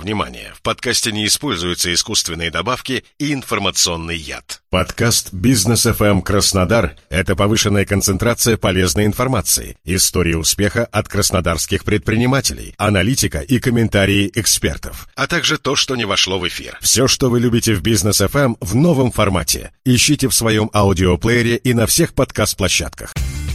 Внимание! В подкасте не используются искусственные добавки и информационный яд. Подкаст «Бизнес FM Краснодар» — это повышенная концентрация полезной информации, истории успеха от краснодарских предпринимателей, аналитика и комментарии экспертов, а также то, что не вошло в эфир. Все, что вы любите в «Бизнес FM» в новом формате. Ищите в своем аудиоплеере и на всех подкаст-площадках.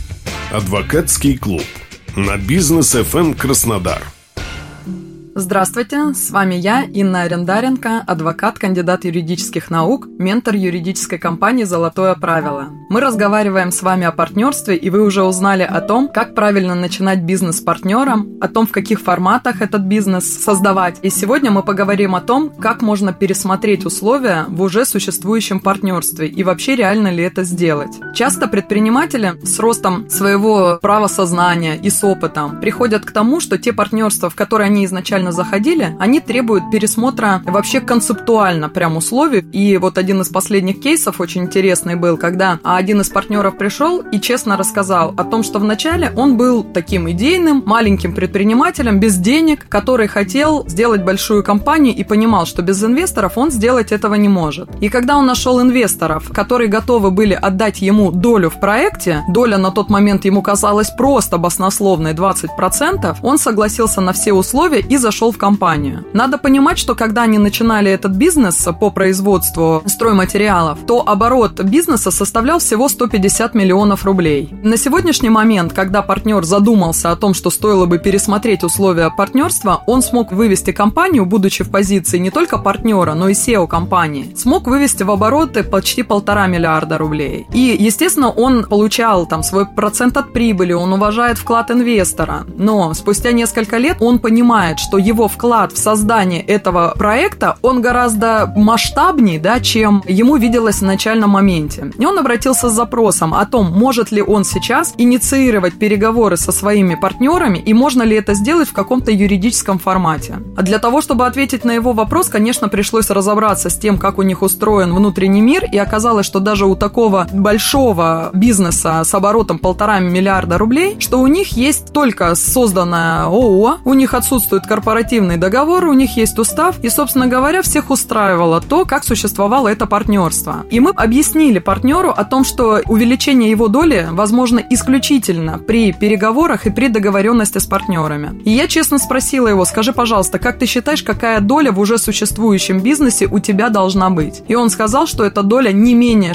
Адвокатский клуб на «Бизнес FM Краснодар». Здравствуйте, с вами я, Инна Арендаренко, адвокат, кандидат юридических наук, ментор юридической компании «Золотое правило». Мы разговариваем с вами о партнерстве, и вы уже узнали о том, как правильно начинать бизнес с партнером, о том, в каких форматах этот бизнес создавать. И сегодня мы поговорим о том, как можно пересмотреть условия в уже существующем партнерстве и вообще реально ли это сделать. Часто предприниматели с ростом своего правосознания и с опытом приходят к тому, что те партнерства, в которые они изначально заходили, они требуют пересмотра вообще концептуально прям условий. И вот один из последних кейсов очень интересный был, когда один из партнеров пришел и честно рассказал о том, что вначале он был таким идейным, маленьким предпринимателем без денег, который хотел сделать большую компанию и понимал, что без инвесторов он сделать этого не может. И когда он нашел инвесторов, которые готовы были отдать ему долю в проекте, доля на тот момент ему казалась просто баснословной 20%, он согласился на все условия и зашел в компанию. Надо понимать, что когда они начинали этот бизнес по производству стройматериалов, то оборот бизнеса составлял всего 150 миллионов рублей. На сегодняшний момент, когда партнер задумался о том, что стоило бы пересмотреть условия партнерства, он смог вывести компанию, будучи в позиции не только партнера, но и SEO компании, смог вывести в обороты почти 1,5 миллиарда рублей. И, естественно, он получал там свой процент от прибыли, он уважает вклад инвестора, но спустя несколько лет он понимает, что его вклад в создание этого проекта, он гораздо масштабнее, да, чем ему виделось в начальном моменте. И он обратился с запросом о том, может ли он сейчас инициировать переговоры со своими партнерами и можно ли это сделать в каком-то юридическом формате. А для того, чтобы ответить на его вопрос, конечно, пришлось разобраться с тем, как у них устроен внутренний мир, и оказалось, что даже у такого большого бизнеса с оборотом 1,5 миллиарда рублей, что у них есть только созданная ООО, у них отсутствует корпоративный договор, у них есть устав, и, собственно говоря, всех устраивало то, как существовало это партнерство. И мы объяснили партнеру о том, что увеличение его доли возможно исключительно при переговорах и при договоренности с партнерами. И я честно спросила его: скажи, пожалуйста, как ты считаешь, какая доля в уже существующем бизнесе у тебя должна быть? И он сказал, что эта доля не менее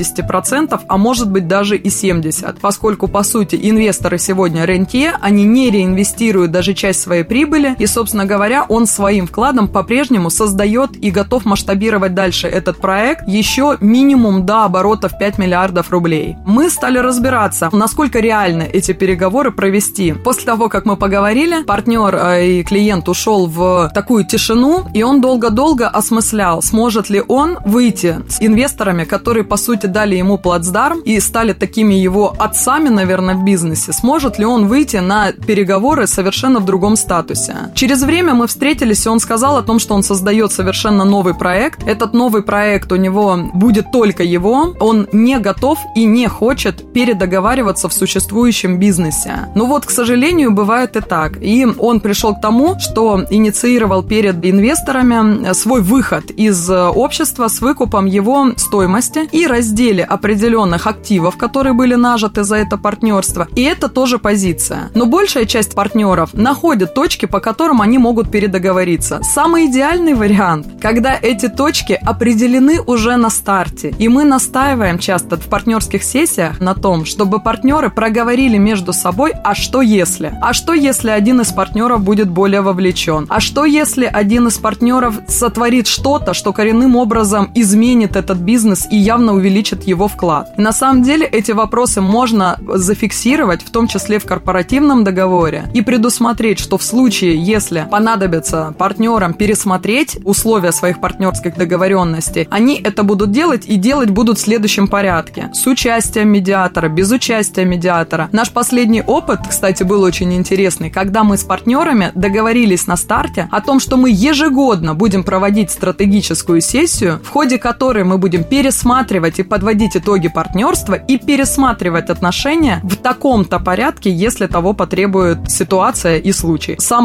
60%, а может быть даже и 70%, поскольку, по сути, инвесторы сегодня рентье, они не реинвестируют даже часть своей прибыли, и, собственно говоря, он своим вкладом по-прежнему создает и готов масштабировать дальше этот проект еще минимум до оборотов 5 миллиардов рублей. Мы стали разбираться, насколько реально эти переговоры провести. После того, как мы поговорили, партнер и клиент ушел в такую тишину, и он долго-долго осмыслял, сможет ли он выйти с инвесторами, которые, по сути, дали ему плацдарм и стали такими его отцами, наверное, в бизнесе, сможет ли он выйти на переговоры совершенно в другом статусе. Через время мы встретились, и он сказал о том, что он создает совершенно новый проект. Этот новый проект у него будет только его. Он не готов и не хочет передоговариваться в существующем бизнесе. Но вот, к сожалению, бывает и так. И он пришел к тому, что инициировал перед инвесторами свой выход из общества с выкупом его стоимости и разделе определенных активов, которые были нажиты за это партнерство. И это тоже позиция. Но большая часть партнеров находит точки, по которым они могут передоговориться. Самый идеальный вариант, когда эти точки определены уже на старте. И мы настаиваем часто в партнерских сессиях на том, чтобы партнеры проговорили между собой, а что если? А что если один из партнеров будет более вовлечен? А что если один из партнеров сотворит что-то, что коренным образом изменит этот бизнес и явно увеличит его вклад? И на самом деле эти вопросы можно зафиксировать, в том числе в корпоративном договоре, и предусмотреть, что в случае, если понадобится партнерам пересмотреть условия своих партнерских договоренностей, они это будут делать и делать будут в следующем порядке. С участием медиатора, без участия медиатора. Наш последний опыт, кстати, был очень интересный, когда мы с партнерами договорились на старте о том, что мы ежегодно будем проводить стратегическую сессию, в ходе которой мы будем пересматривать и подводить итоги партнерства и пересматривать отношения в таком-то порядке, если того потребует ситуация и случай. Самое главное,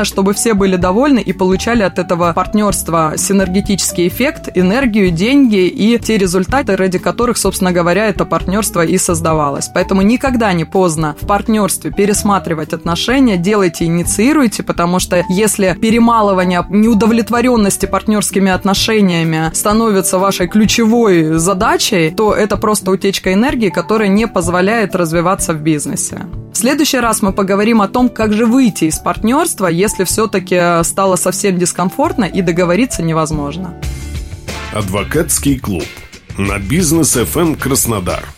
Главное, чтобы все были довольны и получали от этого партнерства синергетический эффект, энергию, деньги и те результаты, ради которых, собственно говоря, это партнерство и создавалось. Поэтому никогда не поздно в партнерстве пересматривать отношения, делайте, инициируйте, потому что если перемалывание неудовлетворенности партнерскими отношениями становится вашей ключевой задачей, то это просто утечка энергии, которая не позволяет развиваться в бизнесе. В следующий раз мы поговорим о том, как же выйти из партнерства, если все-таки стало совсем дискомфортно и договориться невозможно. Адвокатский клуб на Бизнес FM Краснодар.